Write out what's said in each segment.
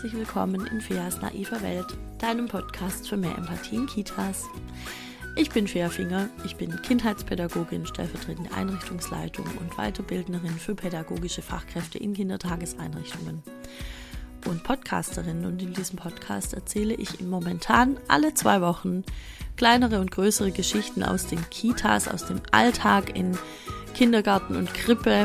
herzlich willkommen in Feas naiver Welt, deinem Podcast für mehr Empathie in Kitas. Ich bin Fea Finger, ich bin Kindheitspädagogin, stellvertretende Einrichtungsleitung und Weiterbildnerin für pädagogische Fachkräfte in Kindertageseinrichtungen und Podcasterin. Und in diesem Podcast erzähle ich momentan alle 2 Wochen kleinere und größere Geschichten aus den Kitas, aus dem Alltag in Kindergarten und Krippe.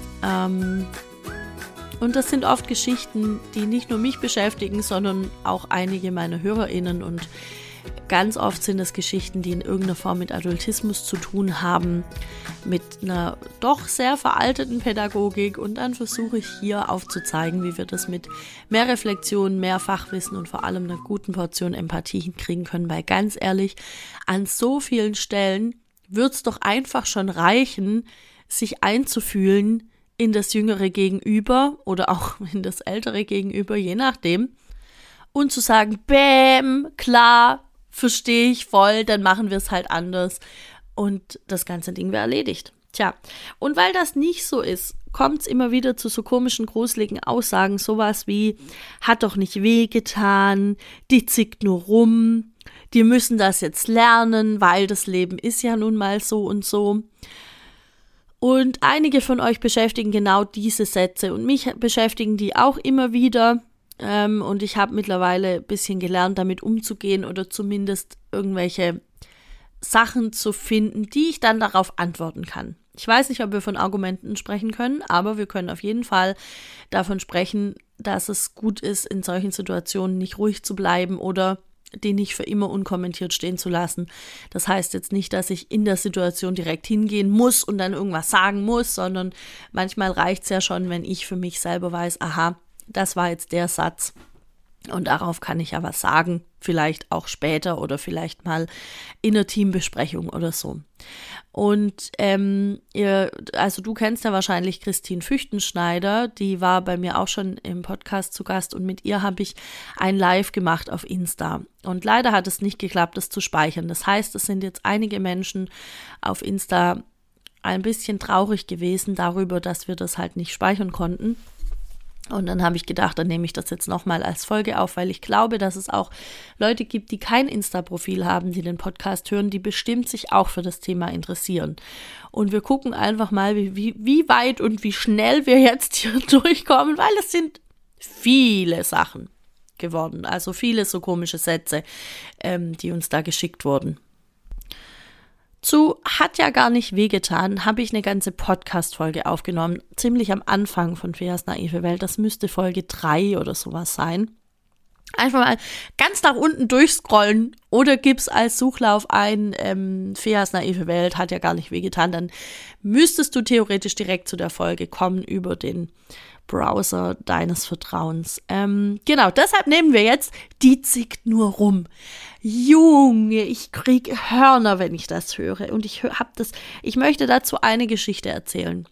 Und das sind oft Geschichten, die nicht nur mich beschäftigen, sondern auch einige meiner HörerInnen. Und ganz oft sind es Geschichten, die in irgendeiner Form mit Adultismus zu tun haben, mit einer doch sehr veralteten Pädagogik. Und dann versuche ich hier aufzuzeigen, wie wir das mit mehr Reflexion, mehr Fachwissen und vor allem einer guten Portion Empathie hinkriegen können. Weil ganz ehrlich, an so vielen Stellen wird es doch einfach schon reichen, sich einzufühlen in das jüngere Gegenüber oder auch in das ältere Gegenüber, je nachdem, und zu sagen, bäm, klar, verstehe ich voll, dann machen wir es halt anders und das ganze Ding wäre erledigt. Tja, und weil das nicht so ist, kommt es immer wieder zu so komischen, gruseligen Aussagen, sowas wie, hat doch nicht wehgetan, die zickt nur rum, die müssen das jetzt lernen, weil das Leben ist ja nun mal so und so. Und einige von euch beschäftigen genau diese Sätze und mich beschäftigen die auch immer wieder. Und ich habe mittlerweile ein bisschen gelernt, damit umzugehen oder zumindest irgendwelche Sachen zu finden, die ich dann darauf antworten kann. Ich weiß nicht, ob wir von Argumenten sprechen können, aber wir können auf jeden Fall davon sprechen, dass es gut ist, in solchen Situationen nicht ruhig zu bleiben oder den nicht für immer unkommentiert stehen zu lassen. Das heißt jetzt nicht, dass ich in der Situation direkt hingehen muss und dann irgendwas sagen muss, sondern manchmal reicht es ja schon, wenn ich für mich selber weiß, aha, das war jetzt der Satz und darauf kann ich ja was sagen, vielleicht auch später oder vielleicht mal in einer Teambesprechung oder so. Und du kennst ja wahrscheinlich Christine Füchtenschneider, die war bei mir auch schon im Podcast zu Gast und mit ihr habe ich ein Live gemacht auf Insta. Und leider hat es nicht geklappt, das zu speichern. Das heißt, es sind jetzt einige Menschen auf Insta ein bisschen traurig gewesen darüber, dass wir das halt nicht speichern konnten. Und dann habe ich gedacht, dann nehme ich das jetzt nochmal als Folge auf, weil ich glaube, dass es auch Leute gibt, die kein Insta-Profil haben, die den Podcast hören, die bestimmt sich auch für das Thema interessieren. Und wir gucken einfach mal, wie weit und wie schnell wir jetzt hier durchkommen, weil es sind viele Sachen geworden, also viele so komische Sätze, die uns da geschickt wurden. Zu hat ja gar nicht wehgetan, habe ich eine ganze Podcast-Folge aufgenommen, ziemlich am Anfang von Feas naive Welt. Das müsste Folge 3 oder sowas sein. Einfach mal ganz nach unten durchscrollen oder gib's als Suchlauf ein, Feas naive Welt hat ja gar nicht wehgetan. Dann müsstest du theoretisch direkt zu der Folge kommen über den Browser deines Vertrauens. Genau, deshalb nehmen wir jetzt, die zickt nur rum. Junge, ich krieg Hörner, wenn ich das höre. Und ich möchte dazu eine Geschichte erzählen.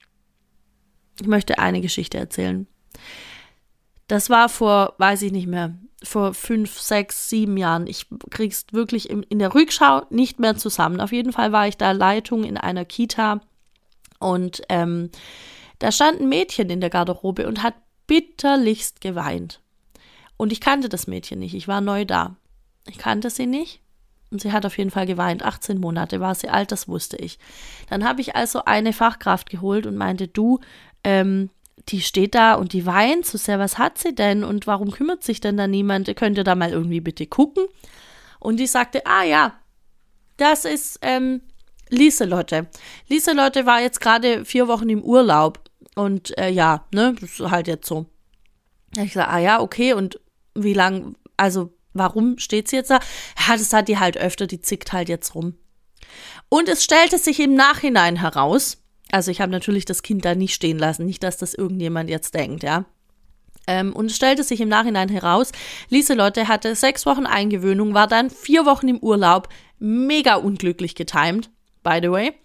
Das war vor, weiß ich nicht mehr, vor 5, 6, 7 Jahren. Ich krieg's wirklich in der Rückschau nicht mehr zusammen. Auf jeden Fall war ich da Leitung in einer Kita und da stand ein Mädchen in der Garderobe und hat bitterlichst geweint. Und ich kannte das Mädchen nicht, ich war neu da. Ich kannte sie nicht und sie hat auf jeden Fall geweint. 18 Monate war sie alt, das wusste ich. Dann habe ich also eine Fachkraft geholt und meinte, du, die steht da und die weint so sehr, was hat sie denn und warum kümmert sich denn da niemand? Könnt ihr da mal irgendwie bitte gucken? Und die sagte, ja, das ist Lieselotte. Lieselotte war jetzt gerade 4 Wochen im Urlaub und das ist halt jetzt so. Ich sage, ja, okay, und wie lang, also warum steht sie jetzt da? Ja, das hat die halt öfter, die zickt halt jetzt rum. Und es stellte sich im Nachhinein heraus, also ich habe natürlich das Kind da nicht stehen lassen, nicht, dass das irgendjemand jetzt denkt, ja. Und es stellte sich im Nachhinein heraus, Lieselotte hatte 6 Wochen Eingewöhnung, war dann 4 Wochen im Urlaub, mega unglücklich getimed, by the way.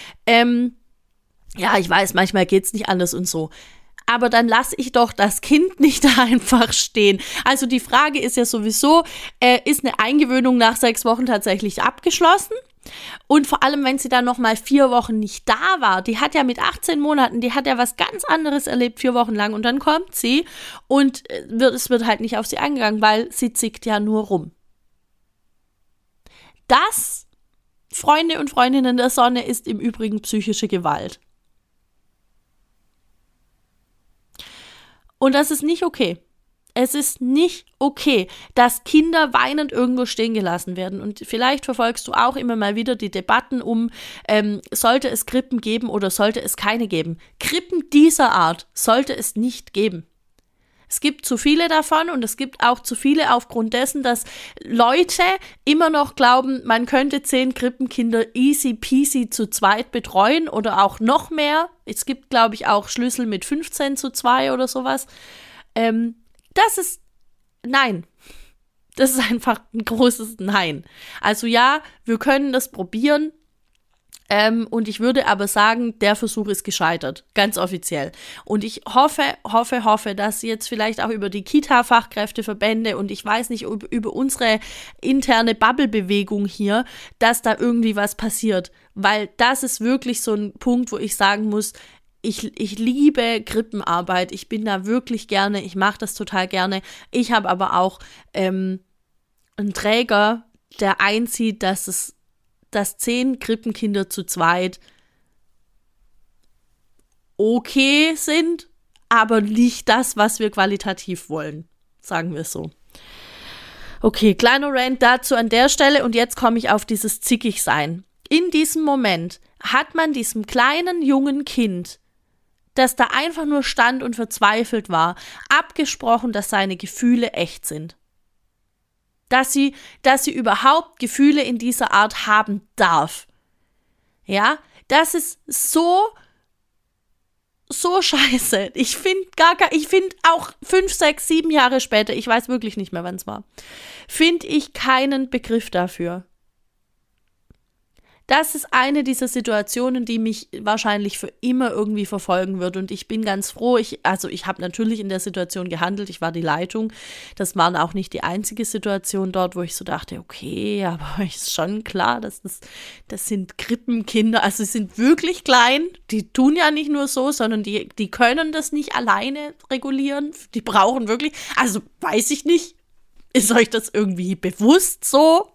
Ja, ich weiß, manchmal geht's nicht anders und so. Aber dann lasse ich doch das Kind nicht einfach stehen. Also die Frage ist ja sowieso, ist eine Eingewöhnung nach 6 Wochen tatsächlich abgeschlossen? Und vor allem, wenn sie dann noch mal 4 Wochen nicht da war, die hat ja mit 18 Monaten, die hat ja was ganz anderes erlebt, 4 Wochen lang. Und dann kommt sie und es wird halt nicht auf sie eingegangen, weil sie zickt ja nur rum. Das, Freunde und Freundinnen der Sonne, ist im Übrigen psychische Gewalt. Und das ist nicht okay. Es ist nicht okay, dass Kinder weinend irgendwo stehen gelassen werden. Und vielleicht verfolgst du auch immer mal wieder die Debatten sollte es Krippen geben oder sollte es keine geben. Krippen dieser Art sollte es nicht geben. Es gibt zu viele davon und es gibt auch zu viele aufgrund dessen, dass Leute immer noch glauben, man könnte 10 Krippenkinder easy peasy zu zweit betreuen oder auch noch mehr. Es gibt, glaube ich, auch Schlüssel mit 15 zu 2 oder sowas. Das ist nein. Das ist einfach ein großes Nein. Also ja, wir können das probieren. Und ich würde aber sagen, der Versuch ist gescheitert, ganz offiziell. Und ich hoffe, dass jetzt vielleicht auch über die Kita-Fachkräfteverbände und ich weiß nicht, über unsere interne Bubble-Bewegung hier, dass da irgendwie was passiert. Weil das ist wirklich so ein Punkt, wo ich sagen muss, ich liebe Krippenarbeit, ich bin da wirklich gerne, ich mache das total gerne. Ich habe aber auch einen Träger, der einzieht, dass 10 Krippenkinder zu zweit okay sind, aber nicht das, was wir qualitativ wollen, sagen wir so. Okay, kleiner Rant dazu an der Stelle und jetzt komme ich auf dieses Zickigsein. In diesem Moment hat man diesem kleinen jungen Kind, das da einfach nur stand und verzweifelt war, abgesprochen, dass seine Gefühle echt sind. Dass sie überhaupt Gefühle in dieser Art haben darf. Ja, das ist so scheiße. Ich finde auch 5, 6, 7 Jahre später, ich weiß wirklich nicht mehr, wann es war, finde ich keinen Begriff dafür. Das ist eine dieser Situationen, die mich wahrscheinlich für immer irgendwie verfolgen wird. Und ich bin ganz froh, ich habe natürlich in der Situation gehandelt, ich war die Leitung. Das war auch nicht die einzige Situation dort, wo ich so dachte, okay, aber ist schon klar, das sind Krippenkinder, also sie sind wirklich klein, die tun ja nicht nur so, sondern die können das nicht alleine regulieren, die brauchen wirklich, also weiß ich nicht, ist euch das irgendwie bewusst so?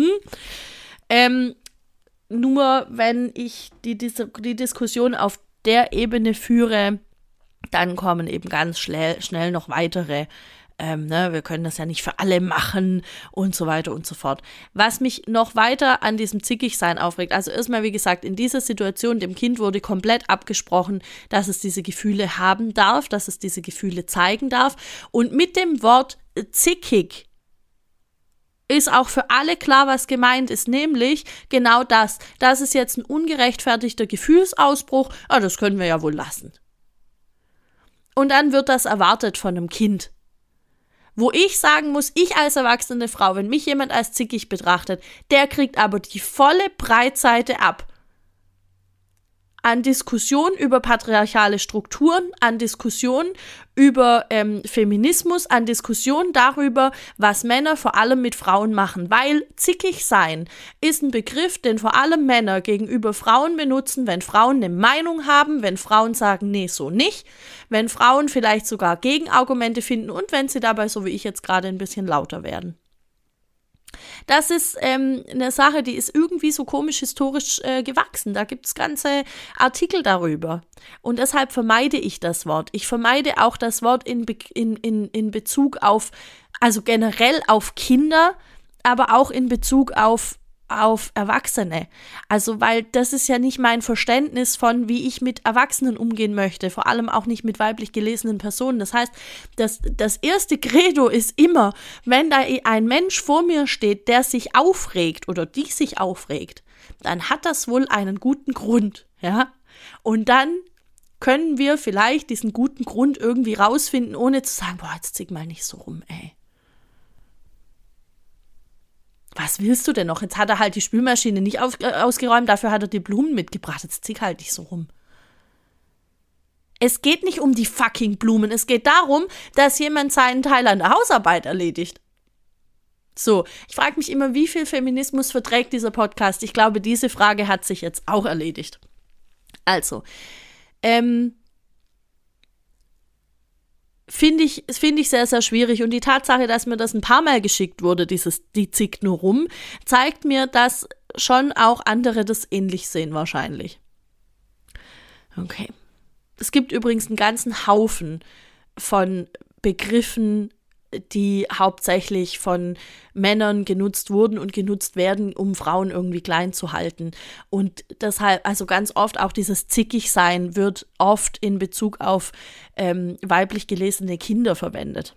Nur wenn ich die Diskussion auf der Ebene führe, dann kommen eben ganz schnell noch weitere, wir können das ja nicht für alle machen und so weiter und so fort. Was mich noch weiter an diesem Zickigsein aufregt, also erstmal, wie gesagt, in dieser Situation, dem Kind wurde komplett abgesprochen, dass es diese Gefühle haben darf, dass es diese Gefühle zeigen darf und mit dem Wort zickig ist auch für alle klar, was gemeint ist, nämlich genau das. Das ist jetzt ein ungerechtfertigter Gefühlsausbruch, das können wir ja wohl lassen. Und dann wird das erwartet von einem Kind. Wo ich sagen muss, ich als erwachsene Frau, wenn mich jemand als zickig betrachtet, der kriegt aber die volle Breitseite ab. An Diskussionen über patriarchale Strukturen, an Diskussionen über Feminismus, an Diskussionen darüber, was Männer vor allem mit Frauen machen. Weil zickig sein ist ein Begriff, den vor allem Männer gegenüber Frauen benutzen, wenn Frauen eine Meinung haben, wenn Frauen sagen, nee, so nicht, wenn Frauen vielleicht sogar Gegenargumente finden und wenn sie dabei, so wie ich jetzt gerade, ein bisschen lauter werden. Das ist eine Sache, die ist irgendwie so komisch historisch gewachsen. Da gibt es ganze Artikel darüber. Und deshalb vermeide ich das Wort. Ich vermeide auch das Wort in Bezug auf, also generell auf Kinder, aber auch in Bezug auf Erwachsene. Also, weil das ist ja nicht mein Verständnis von, wie ich mit Erwachsenen umgehen möchte, vor allem auch nicht mit weiblich gelesenen Personen. Das heißt, das erste Credo ist immer, wenn da ein Mensch vor mir steht, der sich aufregt oder die sich aufregt, dann hat das wohl einen guten Grund, ja? Und dann können wir vielleicht diesen guten Grund irgendwie rausfinden, ohne zu sagen, boah, jetzt zieh mal nicht so rum, ey. Was willst du denn noch? Jetzt hat er halt die Spülmaschine nicht ausgeräumt, dafür hat er die Blumen mitgebracht. Jetzt zieh halt nicht so rum. Es geht nicht um die fucking Blumen. Es geht darum, dass jemand seinen Teil an der Hausarbeit erledigt. So, ich frage mich immer, wie viel Feminismus verträgt dieser Podcast? Ich glaube, diese Frage hat sich jetzt auch erledigt. Also, finde ich sehr, sehr schwierig. Und die Tatsache, dass mir das ein paar Mal geschickt wurde, die zickt nur rum, zeigt mir, dass schon auch andere das ähnlich sehen wahrscheinlich. Okay. Es gibt übrigens einen ganzen Haufen von Begriffen, die hauptsächlich von Männern genutzt wurden und genutzt werden, um Frauen irgendwie klein zu halten. Und deshalb, also ganz oft auch dieses Zickigsein wird oft in Bezug auf weiblich gelesene Kinder verwendet.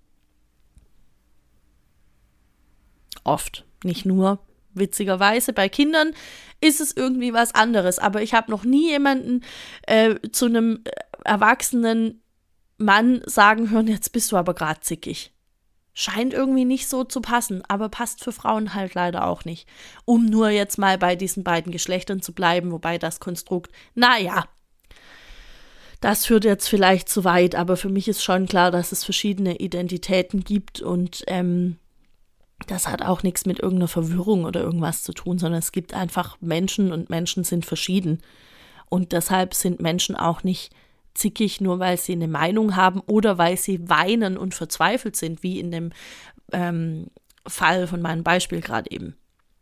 Oft, nicht nur. Witzigerweise bei Kindern ist es irgendwie was anderes, aber ich habe noch nie jemanden zu einem erwachsenen Mann sagen hören, jetzt bist du aber gerade zickig. Scheint irgendwie nicht so zu passen, aber passt für Frauen halt leider auch nicht. Um nur jetzt mal bei diesen beiden Geschlechtern zu bleiben, wobei das Konstrukt, naja, das führt jetzt vielleicht zu weit, aber für mich ist schon klar, dass es verschiedene Identitäten gibt und das hat auch nichts mit irgendeiner Verwirrung oder irgendwas zu tun, sondern es gibt einfach Menschen und Menschen sind verschieden. Und deshalb sind Menschen auch nicht zickig, nur weil sie eine Meinung haben oder weil sie weinen und verzweifelt sind, wie in dem Fall von meinem Beispiel gerade eben.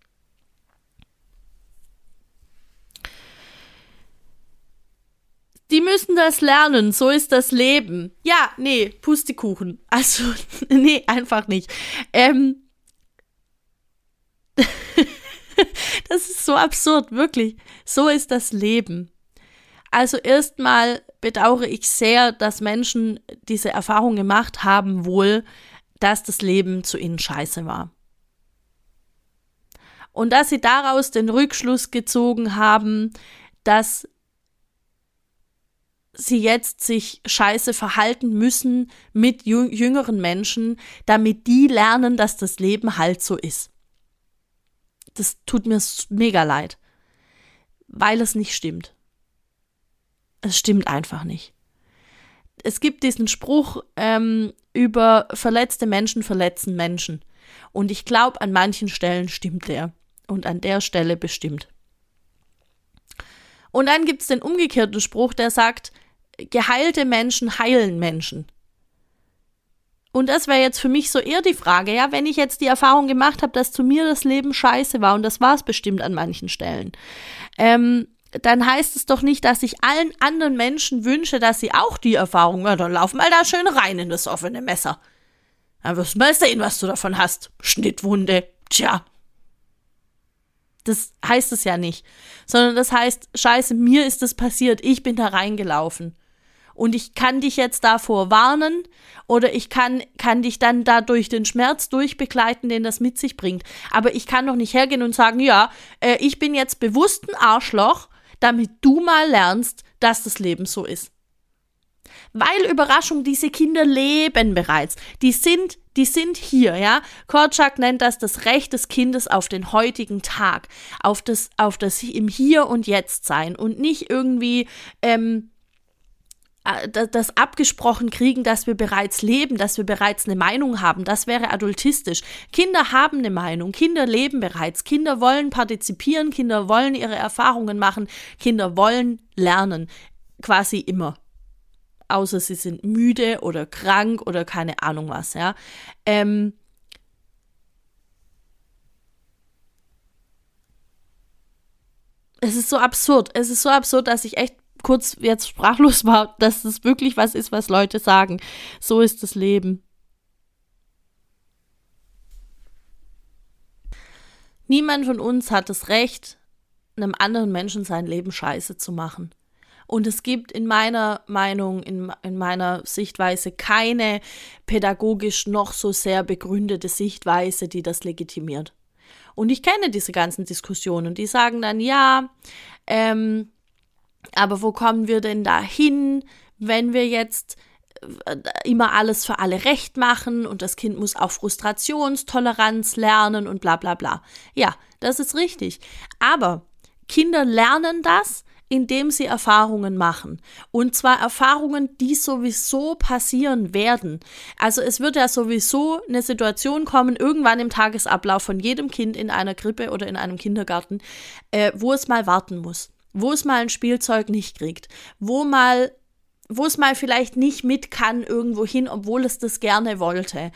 Die müssen das lernen, so ist das Leben. Ja, nee, Pustekuchen. Also, nee, einfach nicht. Das ist so absurd, wirklich. So ist das Leben. Also erstmal bedauere ich sehr, dass Menschen diese Erfahrung gemacht haben, wohl, dass das Leben zu ihnen scheiße war. Und dass sie daraus den Rückschluss gezogen haben, dass sie jetzt sich scheiße verhalten müssen mit jüngeren Menschen, damit die lernen, dass das Leben halt so ist. Das tut mir mega leid, weil es nicht stimmt. Es stimmt einfach nicht. Es gibt diesen Spruch, über verletzte Menschen verletzen Menschen. Und ich glaube, an manchen Stellen stimmt der. Und an der Stelle bestimmt. Und dann gibt es den umgekehrten Spruch, der sagt, geheilte Menschen heilen Menschen. Und das wäre jetzt für mich so eher die Frage, ja, wenn ich jetzt die Erfahrung gemacht habe, dass zu mir das Leben scheiße war, und das war es bestimmt an manchen Stellen, dann heißt es doch nicht, dass ich allen anderen Menschen wünsche, dass sie auch die Erfahrung, ja, dann lauf mal da schön rein in das offene Messer. Dann wirst du mal sehen, was du davon hast. Schnittwunde, tja. Das heißt es ja nicht. Sondern das heißt, scheiße, mir ist das passiert, ich bin da reingelaufen. Und ich kann dich jetzt davor warnen oder ich kann dich dann da durch den Schmerz durchbegleiten, den das mit sich bringt. Aber ich kann doch nicht hergehen und sagen, ja, ich bin jetzt bewusst ein Arschloch, damit du mal lernst, dass das Leben so ist. Weil, Überraschung, diese Kinder leben bereits. Die sind hier, ja. Korczak nennt das Recht des Kindes auf den heutigen Tag, auf das im Hier und Jetzt sein und nicht irgendwie das abgesprochen kriegen, dass wir bereits leben, dass wir bereits eine Meinung haben. Das wäre adultistisch. Kinder haben eine Meinung, Kinder leben bereits, Kinder wollen partizipieren, Kinder wollen ihre Erfahrungen machen, Kinder wollen lernen, quasi immer. Außer sie sind müde oder krank oder keine Ahnung was, ja. Es ist so absurd, dass ich echt kurz jetzt sprachlos war, dass das wirklich was ist, was Leute sagen. So ist das Leben. Niemand von uns hat das Recht, einem anderen Menschen sein Leben scheiße zu machen. Und es gibt in meiner Meinung, in meiner Sichtweise keine pädagogisch noch so sehr begründete Sichtweise, die das legitimiert. Und ich kenne diese ganzen Diskussionen, die sagen dann, ja, aber wo kommen wir denn da hin, wenn wir jetzt immer alles für alle recht machen und das Kind muss auch Frustrationstoleranz lernen und bla bla bla. Ja, das ist richtig. Aber Kinder lernen das, indem sie Erfahrungen machen. Und zwar Erfahrungen, die sowieso passieren werden. Also es wird ja sowieso eine Situation kommen, irgendwann im Tagesablauf von jedem Kind in einer Krippe oder in einem Kindergarten, wo es mal warten muss, wo es mal ein Spielzeug nicht kriegt, wo es mal vielleicht nicht mit kann irgendwo hin, obwohl es das gerne wollte.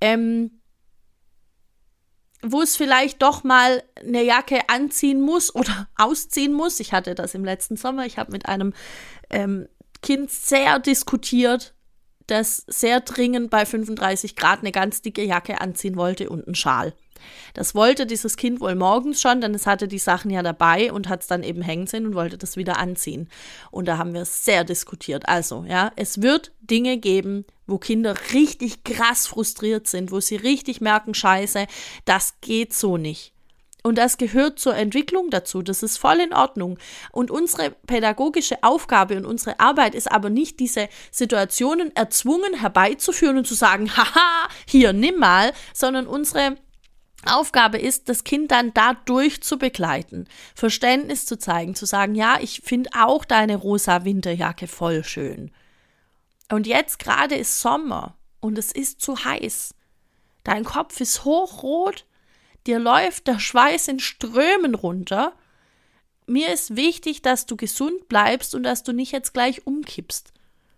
Wo es vielleicht doch mal eine Jacke anziehen muss oder ausziehen muss. Ich hatte das im letzten Sommer. Ich habe mit einem Kind sehr diskutiert, das sehr dringend bei 35 Grad eine ganz dicke Jacke anziehen wollte und einen Schal. Das wollte dieses Kind wohl morgens schon, denn es hatte die Sachen ja dabei und hat es dann eben hängen sehen und wollte das wieder anziehen. Und da haben wir sehr diskutiert. Also, ja, es wird Dinge geben, wo Kinder richtig krass frustriert sind, wo sie richtig merken, Scheiße, das geht so nicht. Und das gehört zur Entwicklung dazu, das ist voll in Ordnung. Und unsere pädagogische Aufgabe und unsere Arbeit ist aber nicht, diese Situationen erzwungen herbeizuführen und zu sagen, haha, hier, nimm mal, sondern unsere Aufgabe ist, das Kind dann dadurch zu begleiten, Verständnis zu zeigen, zu sagen, ja, ich finde auch deine rosa Winterjacke voll schön. Und jetzt gerade ist Sommer und es ist zu heiß. Dein Kopf ist hochrot, dir läuft der Schweiß in Strömen runter. Mir ist wichtig, dass du gesund bleibst und dass du nicht jetzt gleich umkippst.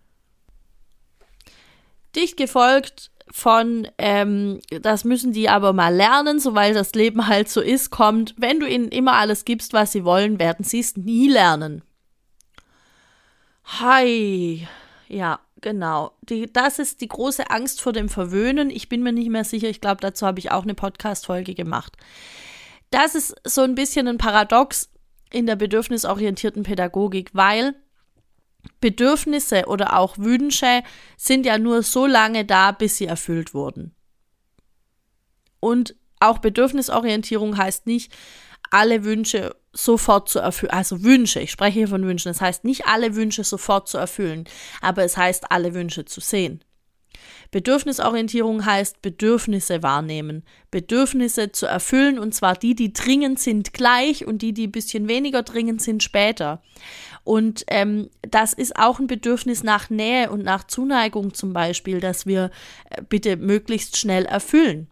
Dicht gefolgt von, das müssen die aber mal lernen, so weil das Leben halt so ist, kommt, wenn du ihnen immer alles gibst, was sie wollen, werden sie es nie lernen. Hi, ja, genau. Das ist die große Angst vor dem Verwöhnen. Ich bin mir nicht mehr sicher, ich glaube, dazu habe ich auch eine Podcast-Folge gemacht. Das ist so ein bisschen ein Paradox in der bedürfnisorientierten Pädagogik, weil Bedürfnisse oder auch Wünsche sind ja nur so lange da, bis sie erfüllt wurden. Und auch Bedürfnisorientierung heißt nicht, alle Wünsche sofort zu erfüllen. Also Wünsche, ich spreche hier von Wünschen. Das heißt nicht, alle Wünsche sofort zu erfüllen, aber es heißt, alle Wünsche zu sehen. Bedürfnisorientierung heißt, Bedürfnisse wahrnehmen, Bedürfnisse zu erfüllen, und zwar die dringend sind, gleich, und die ein bisschen weniger dringend sind, später. Und das ist auch ein Bedürfnis nach Nähe und nach Zuneigung zum Beispiel, das wir bitte möglichst schnell erfüllen.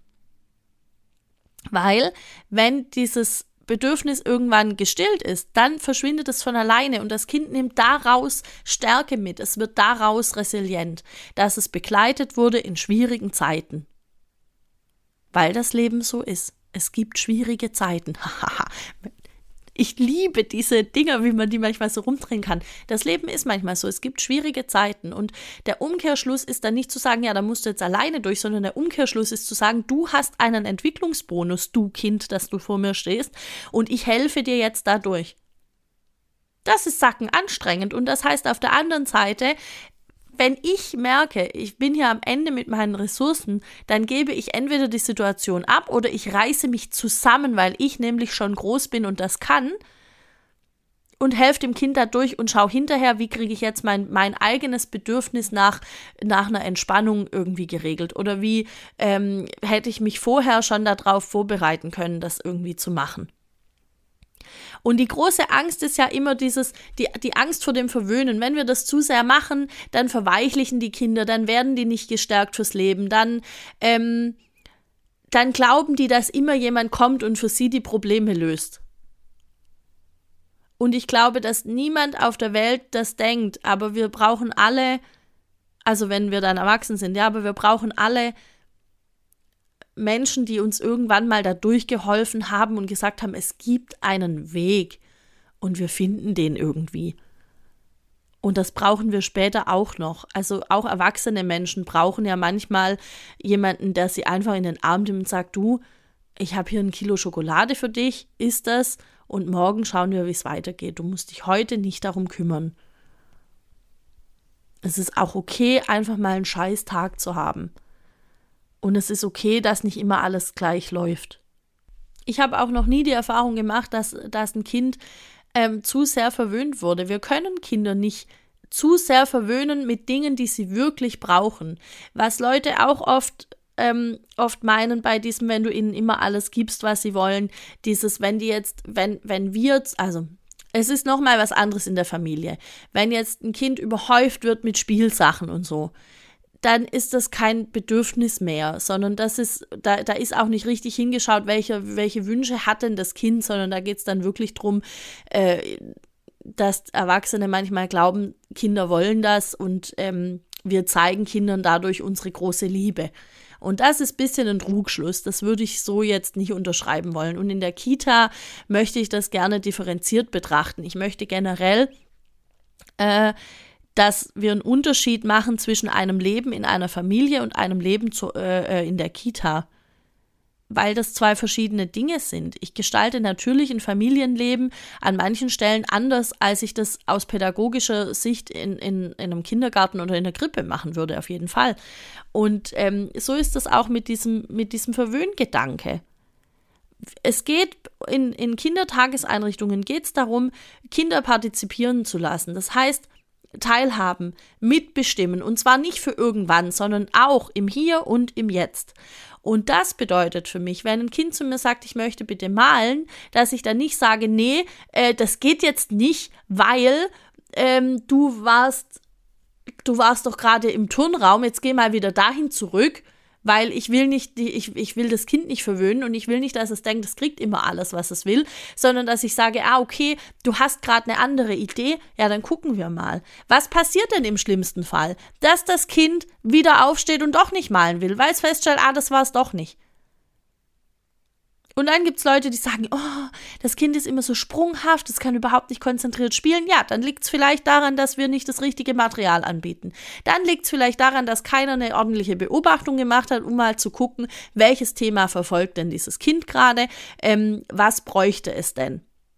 Weil, wenn dieses Bedürfnis irgendwann gestillt ist, dann verschwindet es von alleine und das Kind nimmt daraus Stärke mit. Es wird daraus resilient, dass es begleitet wurde in schwierigen Zeiten. Weil das Leben so ist. Es gibt schwierige Zeiten. Ich liebe diese Dinger, wie man die manchmal so rumdrehen kann. Das Leben ist manchmal so, es gibt schwierige Zeiten und der Umkehrschluss ist dann nicht zu sagen, ja, da musst du jetzt alleine durch, sondern der Umkehrschluss ist zu sagen, du hast einen Entwicklungsbonus, du Kind, dass du vor mir stehst, und ich helfe dir jetzt dadurch. Das ist sacken anstrengend, und das heißt auf der anderen Seite, wenn ich merke, ich bin hier am Ende mit meinen Ressourcen, dann gebe ich entweder die Situation ab oder ich reiße mich zusammen, weil ich nämlich schon groß bin und das kann, und helfe dem Kind dadurch und schaue hinterher, wie kriege ich jetzt mein eigenes Bedürfnis nach einer Entspannung irgendwie geregelt, oder wie hätte ich mich vorher schon darauf vorbereiten können, das irgendwie zu machen. Und die große Angst ist ja immer die Angst vor dem Verwöhnen. Wenn wir das zu sehr machen, dann verweichlichen die Kinder, dann werden die nicht gestärkt fürs Leben, dann glauben die, dass immer jemand kommt und für sie die Probleme löst. Und ich glaube, dass niemand auf der Welt das denkt, aber wir brauchen alle, also wenn wir dann erwachsen sind, ja, aber wir brauchen alle Menschen, die uns irgendwann mal da durchgeholfen haben und gesagt haben, es gibt einen Weg und wir finden den irgendwie. Und das brauchen wir später auch noch. Also auch erwachsene Menschen brauchen ja manchmal jemanden, der sie einfach in den Arm nimmt und sagt, du, ich habe hier 1 Kilo Schokolade für dich, isst das, und morgen schauen wir, wie es weitergeht. Du musst dich heute nicht darum kümmern. Es ist auch okay, einfach mal einen scheiß Tag zu haben. Und es ist okay, dass nicht immer alles gleich läuft. Ich habe auch noch nie die Erfahrung gemacht, dass ein Kind zu sehr verwöhnt wurde. Wir können Kinder nicht zu sehr verwöhnen mit Dingen, die sie wirklich brauchen. Was Leute auch oft meinen bei diesem, wenn du ihnen immer alles gibst, was sie wollen, dieses, wenn wir, also Es ist nochmal was anderes in der Familie. Wenn jetzt ein Kind überhäuft wird mit Spielsachen und so, dann ist das kein Bedürfnis mehr, sondern da ist auch nicht richtig hingeschaut, welche Wünsche hat denn das Kind, sondern da geht es dann wirklich darum, dass Erwachsene manchmal glauben, Kinder wollen das und wir zeigen Kindern dadurch unsere große Liebe. Und das ist ein bisschen ein Trugschluss, das würde ich so jetzt nicht unterschreiben wollen. Und in der Kita möchte ich das gerne differenziert betrachten. Ich möchte generell, dass wir einen Unterschied machen zwischen einem Leben in einer Familie und einem Leben in der Kita, weil das zwei verschiedene Dinge sind. Ich gestalte natürlich ein Familienleben an manchen Stellen anders, als ich das aus pädagogischer Sicht in einem Kindergarten oder in der Krippe machen würde, auf jeden Fall. Und so ist das auch mit diesem Verwöhngedanke. Es geht in Kindertageseinrichtungen geht's darum, Kinder partizipieren zu lassen. Das heißt, teilhaben, mitbestimmen, und zwar nicht für irgendwann, sondern auch im Hier und im Jetzt. Und das bedeutet für mich, wenn ein Kind zu mir sagt, ich möchte bitte malen, dass ich dann nicht sage, nee, das geht jetzt nicht, weil du warst doch gerade im Turnraum, jetzt geh mal wieder dahin zurück, weil ich will das Kind nicht verwöhnen und ich will nicht, dass es denkt, es kriegt immer alles, was es will, sondern dass ich sage, okay, du hast gerade eine andere Idee, ja, dann gucken wir mal. Was passiert denn im schlimmsten Fall? Dass das Kind wieder aufsteht und doch nicht malen will, weil es feststellt, das war es doch nicht. Und dann gibt es Leute, die sagen, das Kind ist immer so sprunghaft, es kann überhaupt nicht konzentriert spielen. Ja, dann liegt es vielleicht daran, dass wir nicht das richtige Material anbieten. Dann liegt es vielleicht daran, dass keiner eine ordentliche Beobachtung gemacht hat, um mal zu gucken, welches Thema verfolgt denn dieses Kind gerade, was bräuchte es denn?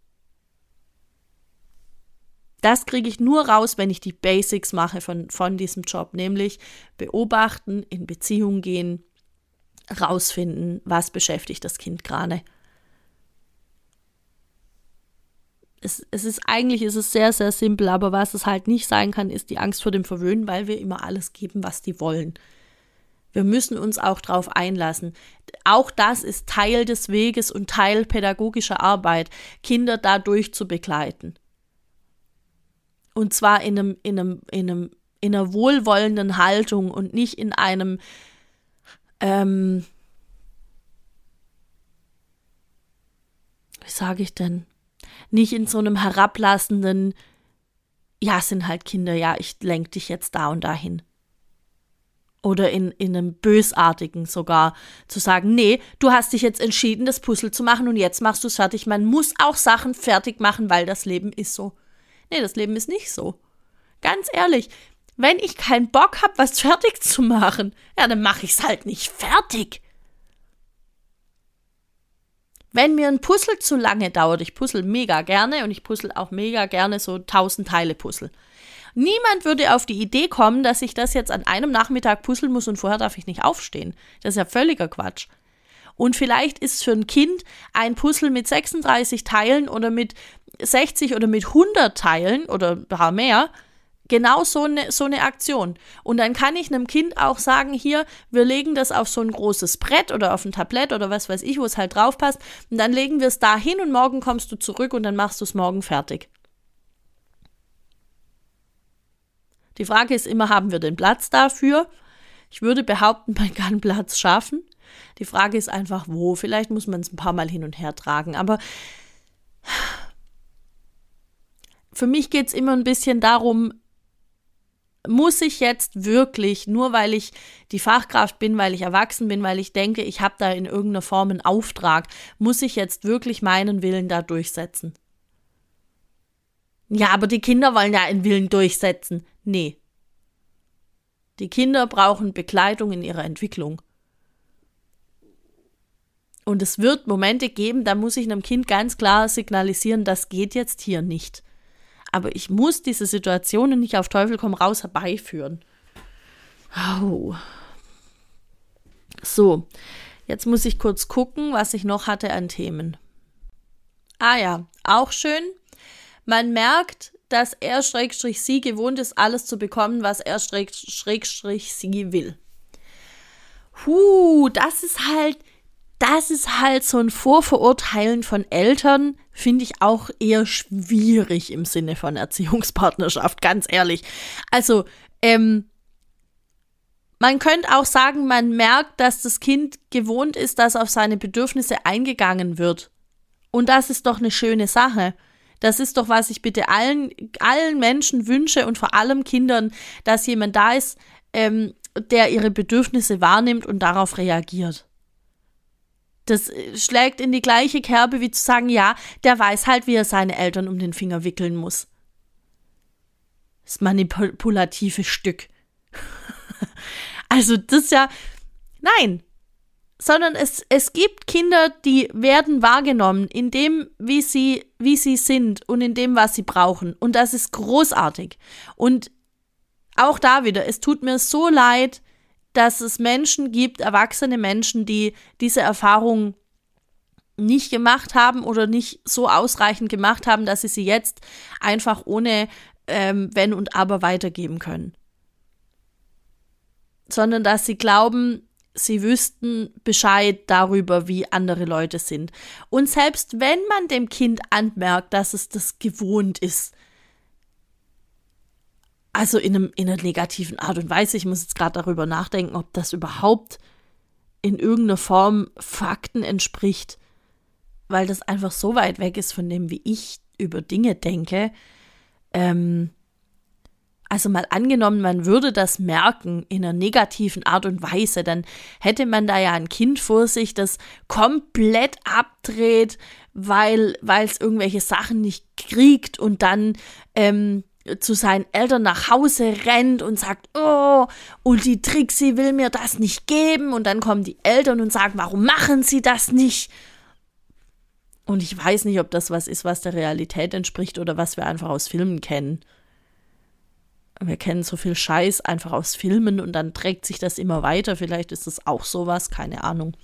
Das kriege ich nur raus, wenn ich die Basics mache von diesem Job, nämlich beobachten, in Beziehung gehen, rausfinden, was beschäftigt das Kind gerade. Es ist sehr, sehr simpel, aber was es halt nicht sein kann, ist die Angst vor dem Verwöhnen, weil wir immer alles geben, was die wollen. Wir müssen uns auch darauf einlassen. Auch das ist Teil des Weges und Teil pädagogischer Arbeit, Kinder dadurch zu begleiten. Und zwar in einer wohlwollenden Haltung und nicht in einem wie sage ich denn? Nicht in so einem herablassenden, ja, es sind halt Kinder, ja, ich lenke dich jetzt da und dahin. Oder in einem bösartigen sogar, zu sagen, nee, du hast dich jetzt entschieden, das Puzzle zu machen und jetzt machst du es fertig. Man muss auch Sachen fertig machen, weil das Leben ist so. Nee, das Leben ist nicht so. Ganz ehrlich, wenn ich keinen Bock habe, was fertig zu machen, ja, dann mache ich es halt nicht fertig. Wenn mir ein Puzzle zu lange dauert, ich puzzle mega gerne und ich puzzle auch mega gerne so 1000 Teile Puzzle. Niemand würde auf die Idee kommen, dass ich das jetzt an einem Nachmittag puzzeln muss und vorher darf ich nicht aufstehen. Das ist ja völliger Quatsch. Und vielleicht ist für ein Kind ein Puzzle mit 36 Teilen oder mit 60 oder mit 100 Teilen oder ein paar mehr genau so eine Aktion. Und dann kann ich einem Kind auch sagen, hier, wir legen das auf so ein großes Brett oder auf ein Tablett oder was weiß ich, wo es halt drauf passt. Und dann legen wir es da hin und morgen kommst du zurück und dann machst du es morgen fertig. Die Frage ist immer, haben wir den Platz dafür? Ich würde behaupten, man kann Platz schaffen. Die Frage ist einfach, wo. Vielleicht muss man es ein paar Mal hin und her tragen. Aber für mich geht es immer ein bisschen darum, muss ich jetzt wirklich, nur weil ich die Fachkraft bin, weil ich erwachsen bin, weil ich denke, ich habe da in irgendeiner Form einen Auftrag, muss ich jetzt wirklich meinen Willen da durchsetzen? Ja, aber die Kinder wollen ja einen Willen durchsetzen. Nee. Die Kinder brauchen Begleitung in ihrer Entwicklung. Und es wird Momente geben, da muss ich einem Kind ganz klar signalisieren, das geht jetzt hier nicht. Aber ich muss diese Situationen nicht auf Teufel komm raus herbeiführen. Oh. So, jetzt muss ich kurz gucken, was ich noch hatte an Themen. Ah ja, auch schön. Man merkt, dass er/sie gewohnt ist, alles zu bekommen, was er/sie will. Das ist halt das ist halt so ein Vorverurteilen von Eltern, finde ich auch eher schwierig im Sinne von Erziehungspartnerschaft, ganz ehrlich. Also, man könnte auch sagen, man merkt, dass das Kind gewohnt ist, dass auf seine Bedürfnisse eingegangen wird. Und das ist doch eine schöne Sache. Das ist doch, was ich bitte allen Menschen wünsche und vor allem Kindern, dass jemand da ist, der ihre Bedürfnisse wahrnimmt und darauf reagiert. Das schlägt in die gleiche Kerbe, wie zu sagen, ja, der weiß halt, wie er seine Eltern um den Finger wickeln muss. Das manipulative Stück. Also das ist ja, nein, sondern es gibt Kinder, die werden wahrgenommen in dem, wie sie sind und in dem, was sie brauchen. Und das ist großartig. Und auch da wieder, es tut mir so leid, dass es Menschen gibt, erwachsene Menschen, die diese Erfahrung nicht gemacht haben oder nicht so ausreichend gemacht haben, dass sie jetzt einfach ohne Wenn und Aber weitergeben können. Sondern dass sie glauben, sie wüssten Bescheid darüber, wie andere Leute sind. Und selbst wenn man dem Kind anmerkt, dass es das gewohnt ist, also in einer negativen Art und Weise, ich muss jetzt gerade darüber nachdenken, ob das überhaupt in irgendeiner Form Fakten entspricht, weil das einfach so weit weg ist von dem, wie ich über Dinge denke. Also mal angenommen, man würde das merken in einer negativen Art und Weise, dann hätte man da ja ein Kind vor sich, das komplett abdreht, weil es irgendwelche Sachen nicht kriegt und dann zu seinen Eltern nach Hause rennt und sagt, oh, und die Trixie will mir das nicht geben. Und dann kommen die Eltern und sagen, warum machen sie das nicht? Und ich weiß nicht, ob das was ist, was der Realität entspricht oder was wir einfach aus Filmen kennen. Wir kennen so viel Scheiß einfach aus Filmen und dann trägt sich das immer weiter. Vielleicht ist das auch sowas, keine Ahnung.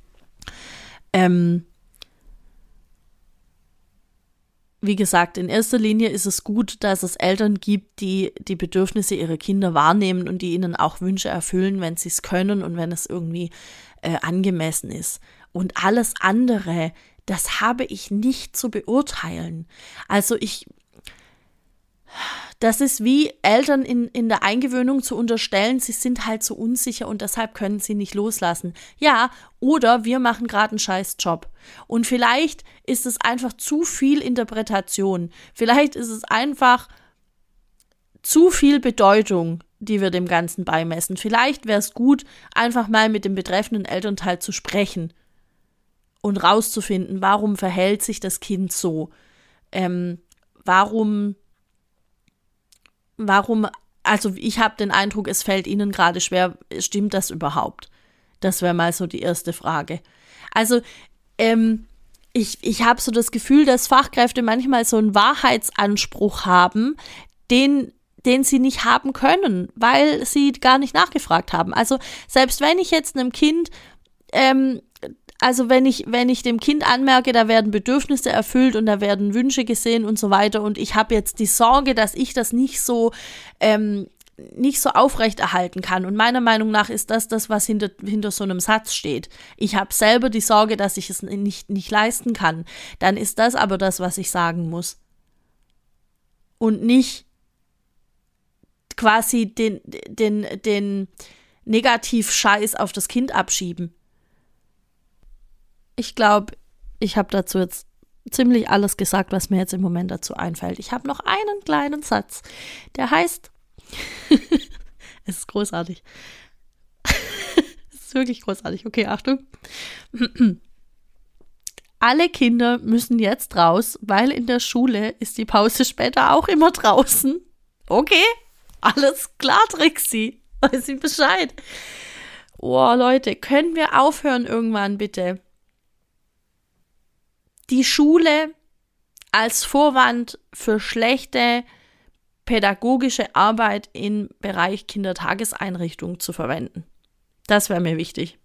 Wie gesagt, in erster Linie ist es gut, dass es Eltern gibt, die die Bedürfnisse ihrer Kinder wahrnehmen und die ihnen auch Wünsche erfüllen, wenn sie es können und wenn es irgendwie angemessen ist. Und alles andere, das habe ich nicht zu beurteilen. Also das ist wie Eltern in der Eingewöhnung zu unterstellen, sie sind halt so unsicher und deshalb können sie nicht loslassen. Ja, oder wir machen gerade einen scheiß Job. Und vielleicht ist es einfach zu viel Interpretation. Vielleicht ist es einfach zu viel Bedeutung, die wir dem Ganzen beimessen. Vielleicht wäre es gut, einfach mal mit dem betreffenden Elternteil zu sprechen und rauszufinden, warum verhält sich das Kind so? Warum, also ich habe den Eindruck, es fällt Ihnen gerade schwer, stimmt das überhaupt? Das wäre mal so die erste Frage. Also ich habe so das Gefühl, dass Fachkräfte manchmal so einen Wahrheitsanspruch haben, den sie nicht haben können, weil sie gar nicht nachgefragt haben. Also selbst wenn ich jetzt einem Kind also wenn ich dem Kind anmerke, da werden Bedürfnisse erfüllt und da werden Wünsche gesehen und so weiter und ich habe jetzt die Sorge, dass ich das nicht so aufrechterhalten kann und meiner Meinung nach ist das, was hinter so einem Satz steht. Ich habe selber die Sorge, dass ich es nicht leisten kann. Dann ist das aber das, was ich sagen muss. Und nicht quasi den Negativ-Scheiß auf das Kind abschieben. Ich glaube, ich habe dazu jetzt ziemlich alles gesagt, was mir jetzt im Moment dazu einfällt. Ich habe noch einen kleinen Satz, der heißt, es ist großartig, es ist wirklich großartig, okay, Achtung, alle Kinder müssen jetzt raus, weil in der Schule ist die Pause später auch immer draußen. Okay, alles klar, Trixie, weiß ich Bescheid. Oh, Leute, können wir aufhören irgendwann, bitte? Die Schule als Vorwand für schlechte pädagogische Arbeit im Bereich Kindertageseinrichtungen zu verwenden. Das wäre mir wichtig.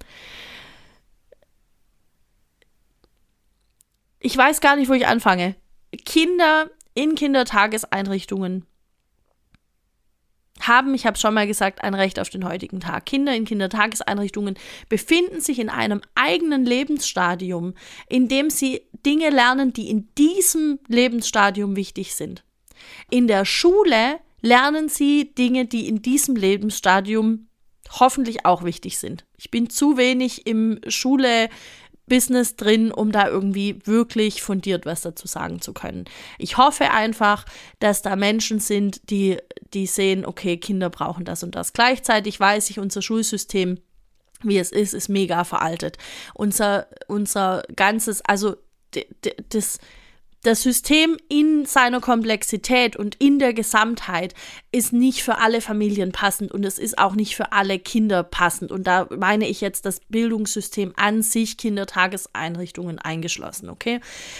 Ich weiß gar nicht, wo ich anfange. Kinder in Kindertageseinrichtungen haben, ich habe schon mal gesagt, ein Recht auf den heutigen Tag. Kinder in Kindertageseinrichtungen befinden sich in einem eigenen Lebensstadium, in dem sie Dinge lernen, die in diesem Lebensstadium wichtig sind. In der Schule lernen sie Dinge, die in diesem Lebensstadium hoffentlich auch wichtig sind. Ich bin zu wenig im Schule-Business drin, um da irgendwie wirklich fundiert was dazu sagen zu können. Ich hoffe einfach, dass da Menschen sind, die sehen, okay, Kinder brauchen das und das. Gleichzeitig weiß ich, unser Schulsystem, wie es ist mega veraltet. Unser ganzes, also das System in seiner Komplexität und in der Gesamtheit ist nicht für alle Familien passend und es ist auch nicht für alle Kinder passend. Und da meine ich jetzt das Bildungssystem an sich, Kindertageseinrichtungen eingeschlossen, okay?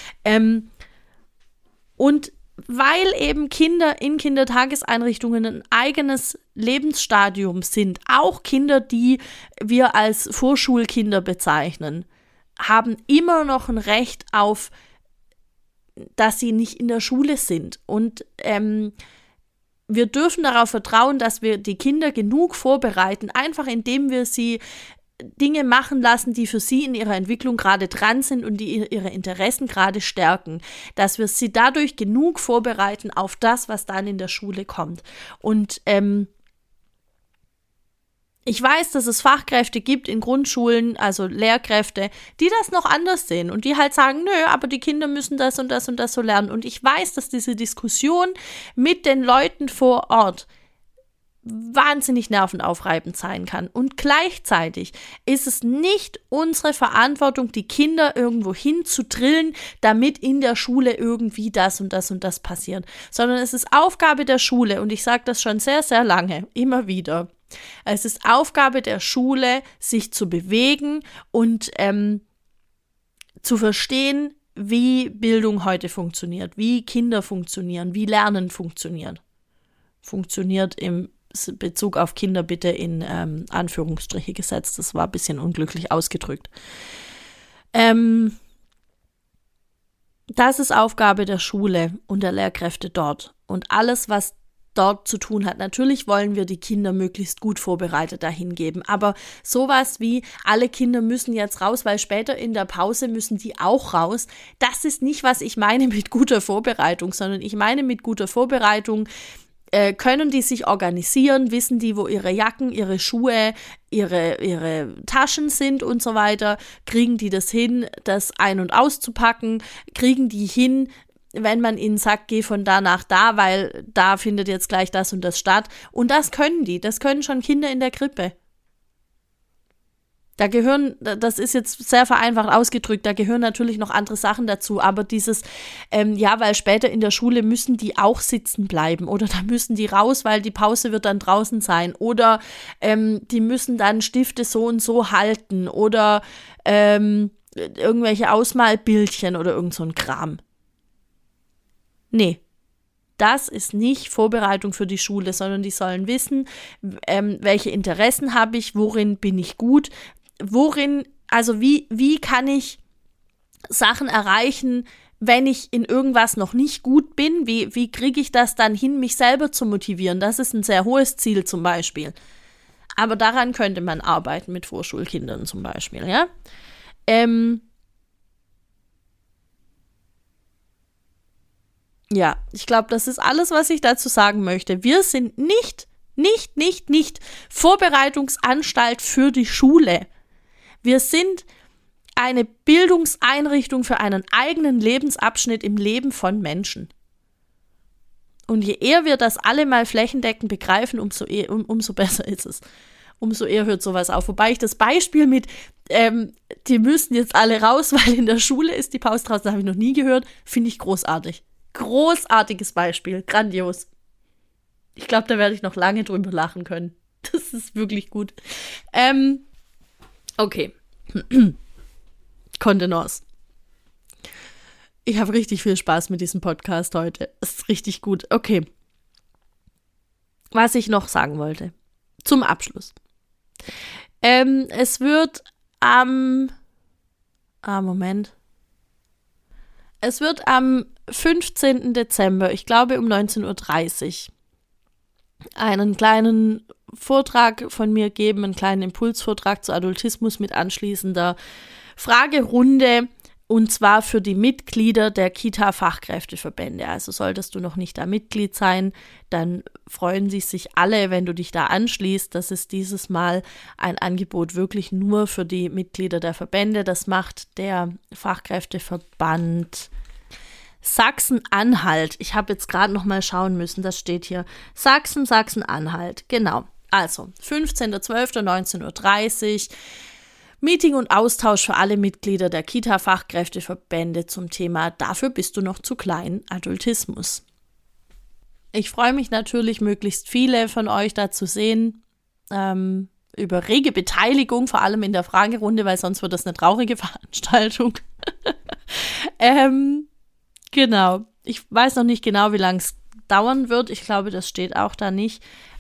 Und weil eben Kinder in Kindertageseinrichtungen ein eigenes Lebensstadium sind, auch Kinder, die wir als Vorschulkinder bezeichnen, haben immer noch ein Recht auf, dass sie nicht in der Schule sind. Und wir dürfen darauf vertrauen, dass wir die Kinder genug vorbereiten, einfach indem wir sie Dinge machen lassen, die für sie in ihrer Entwicklung gerade dran sind und die ihre Interessen gerade stärken, dass wir sie dadurch genug vorbereiten auf das, was dann in der Schule kommt. Und ich weiß, dass es Fachkräfte gibt in Grundschulen, also Lehrkräfte, die das noch anders sehen und die halt sagen, nö, aber die Kinder müssen das und das und das so lernen. Und ich weiß, dass diese Diskussion mit den Leuten vor Ort wahnsinnig nervenaufreibend sein kann. Und gleichzeitig ist es nicht unsere Verantwortung, die Kinder irgendwo hinzudrillen, damit in der Schule irgendwie das und das und das passiert, sondern es ist Aufgabe der Schule, und ich sage das schon sehr, sehr lange, immer wieder, es ist Aufgabe der Schule, sich zu bewegen und zu verstehen, wie Bildung heute funktioniert, wie Kinder funktionieren, wie Lernen funktioniert. Funktioniert im Bezug auf Kinder bitte in Anführungsstriche gesetzt. Das war ein bisschen unglücklich ausgedrückt. Das ist Aufgabe der Schule und der Lehrkräfte dort. Und alles, was dort zu tun hat. Natürlich wollen wir die Kinder möglichst gut vorbereitet dahin geben, aber sowas wie alle Kinder müssen jetzt raus, weil später in der Pause müssen die auch raus, das ist nicht, was ich meine mit guter Vorbereitung, sondern ich meine mit guter Vorbereitung, können die sich organisieren, wissen die, wo ihre Jacken, ihre Schuhe, ihre Taschen sind und so weiter, kriegen die das hin, das ein- und auszupacken, kriegen die hin, wenn man ihnen sagt, geh von da nach da, weil da findet jetzt gleich das und das statt. Und das können schon Kinder in der Krippe. Da gehören, das ist jetzt sehr vereinfacht ausgedrückt, da gehören natürlich noch andere Sachen dazu, aber dieses, weil später in der Schule müssen die auch sitzen bleiben oder da müssen die raus, weil die Pause wird dann draußen sein oder die müssen dann Stifte so und so halten oder irgendwelche Ausmalbildchen oder irgend so ein Kram. Nee, das ist nicht Vorbereitung für die Schule, sondern die sollen wissen, welche Interessen habe ich, worin bin ich gut, wie kann ich Sachen erreichen, wenn ich in irgendwas noch nicht gut bin, wie kriege ich das dann hin, mich selber zu motivieren? Das ist ein sehr hohes Ziel zum Beispiel. Aber daran könnte man arbeiten mit Vorschulkindern zum Beispiel, ja. Ja, ich glaube, das ist alles, was ich dazu sagen möchte. Wir sind nicht Vorbereitungsanstalt für die Schule. Wir sind eine Bildungseinrichtung für einen eigenen Lebensabschnitt im Leben von Menschen. Und je eher wir das alle mal flächendeckend begreifen, umso besser ist es. Umso eher hört sowas auf. Wobei ich das Beispiel mit, die müssen jetzt alle raus, weil in der Schule ist die Pause draußen, habe ich noch nie gehört, finde ich großartig. Großartiges Beispiel, grandios. Ich glaube, da werde ich noch lange drüber lachen können. Das ist wirklich gut. Okay. Kontenance. Ich habe richtig viel Spaß mit diesem Podcast heute. Es ist richtig gut. Okay. Was ich noch sagen wollte. Zum Abschluss. Es wird Es wird am 15. Dezember, ich glaube um 19:30 Uhr, einen kleinen Vortrag von mir geben, einen kleinen Impulsvortrag zu Adultismus mit anschließender Fragerunde, und zwar für die Mitglieder der Kita-Fachkräfteverbände. Also solltest du noch nicht da Mitglied sein, dann freuen sich alle, wenn du dich da anschließt. Das ist dieses Mal ein Angebot wirklich nur für die Mitglieder der Verbände. Das macht der Fachkräfteverband Sachsen-Anhalt. Ich habe jetzt gerade noch mal schauen müssen, das steht hier. Sachsen-Anhalt, genau. Also 15.12. 19.30 Uhr. Meeting und Austausch für alle Mitglieder der Kita-Fachkräfteverbände zum Thema "Dafür bist du noch zu klein" Adultismus. Ich freue mich natürlich, möglichst viele von euch da zu sehen, über rege Beteiligung, vor allem in der Fragerunde, weil sonst wird das eine traurige Veranstaltung. Genau. Ich weiß noch nicht genau, wie lange es dauern wird. Ich glaube, das steht auch da nicht.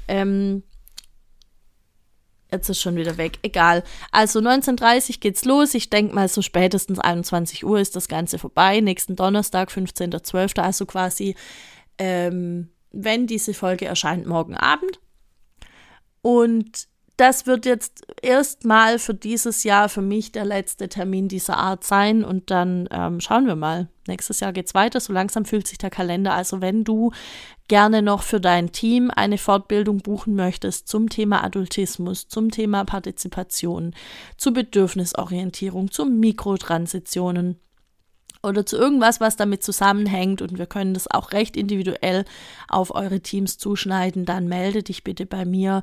Jetzt ist schon wieder weg. Egal. Also 19.30 Uhr geht's los. Ich denke mal, so spätestens 21 Uhr ist das Ganze vorbei. Nächsten Donnerstag, 15.12. Also quasi, wenn diese Folge erscheint, morgen Abend. Und das wird jetzt erstmal für dieses Jahr für mich der letzte Termin dieser Art sein. Und dann schauen wir mal. Nächstes Jahr geht's weiter. So langsam füllt sich der Kalender. Also wenn du gerne noch für dein Team eine Fortbildung buchen möchtest zum Thema Adultismus, zum Thema Partizipation, zu Bedürfnisorientierung, zu Mikrotransitionen oder zu irgendwas, was damit zusammenhängt, und wir können das auch recht individuell auf eure Teams zuschneiden, dann melde dich bitte bei mir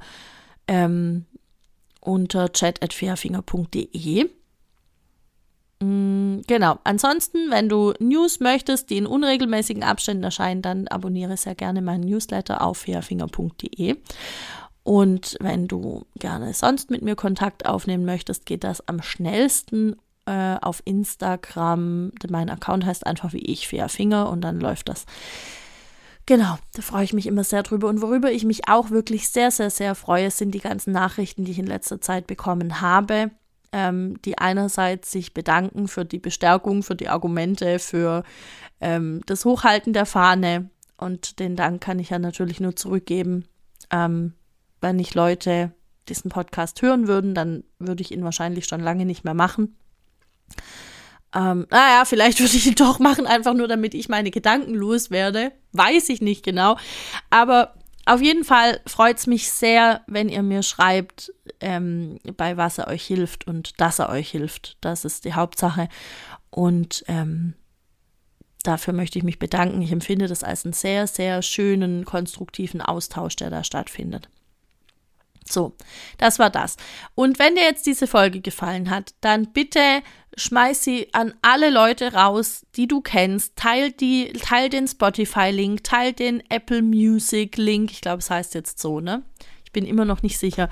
unter chat@fairfinger.de. Genau. Ansonsten, wenn du News möchtest, die in unregelmäßigen Abständen erscheinen, dann abonniere sehr gerne meinen Newsletter auf fairfinger.de. Und wenn du gerne sonst mit mir Kontakt aufnehmen möchtest, geht das am schnellsten auf Instagram. Mein Account heißt einfach wie ich, Fairfinger, und dann läuft das. Genau, da freue ich mich immer sehr drüber. Und worüber ich mich auch wirklich sehr, sehr, sehr freue, sind die ganzen Nachrichten, die ich in letzter Zeit bekommen habe, die einerseits sich bedanken für die Bestärkung, für die Argumente, für das Hochhalten der Fahne. Und den Dank kann ich ja natürlich nur zurückgeben. Wenn nicht Leute diesen Podcast hören würden, dann würde ich ihn wahrscheinlich schon lange nicht mehr machen. Vielleicht würde ich ihn doch machen, einfach nur, damit ich meine Gedanken loswerde. Weiß ich nicht genau. Aber auf jeden Fall freut es mich sehr, wenn ihr mir schreibt, bei was er euch hilft und dass er euch hilft. Das ist die Hauptsache. Und dafür möchte ich mich bedanken. Ich empfinde das als einen sehr, sehr schönen, konstruktiven Austausch, der da stattfindet. So, das war das. Und wenn dir jetzt diese Folge gefallen hat, dann bitte schmeiß sie an alle Leute raus, die du kennst. Teil den Spotify-Link, teil den Apple Music-Link. Ich glaube, es heißt jetzt so, ne? Ich bin immer noch nicht sicher.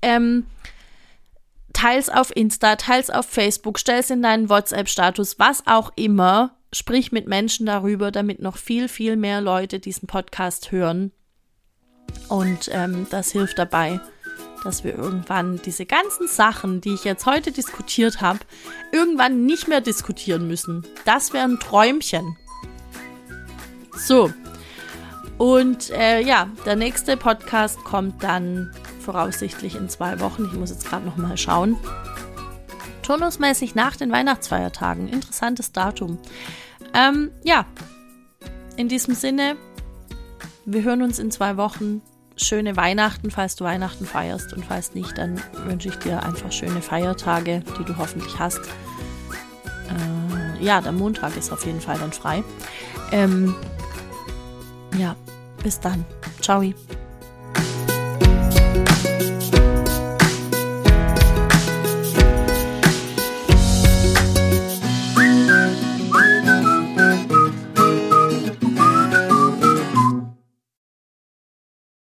Teil's auf Insta, teil's auf Facebook, stell's in deinen WhatsApp-Status, was auch immer. Sprich mit Menschen darüber, damit noch viel, viel mehr Leute diesen Podcast hören. Und das hilft dabei, dass wir irgendwann diese ganzen Sachen, die ich jetzt heute diskutiert habe, irgendwann nicht mehr diskutieren müssen. Das wäre ein Träumchen. So. Und der nächste Podcast kommt dann voraussichtlich in 2 Wochen. Ich muss jetzt gerade noch mal schauen. Turnusmäßig nach den Weihnachtsfeiertagen. Interessantes Datum. In diesem Sinne, wir hören uns in 2 Wochen. Schöne Weihnachten, falls du Weihnachten feierst, und falls nicht, dann wünsche ich dir einfach schöne Feiertage, die du hoffentlich hast. Der Montag ist auf jeden Fall dann frei. Bis dann. Ciao.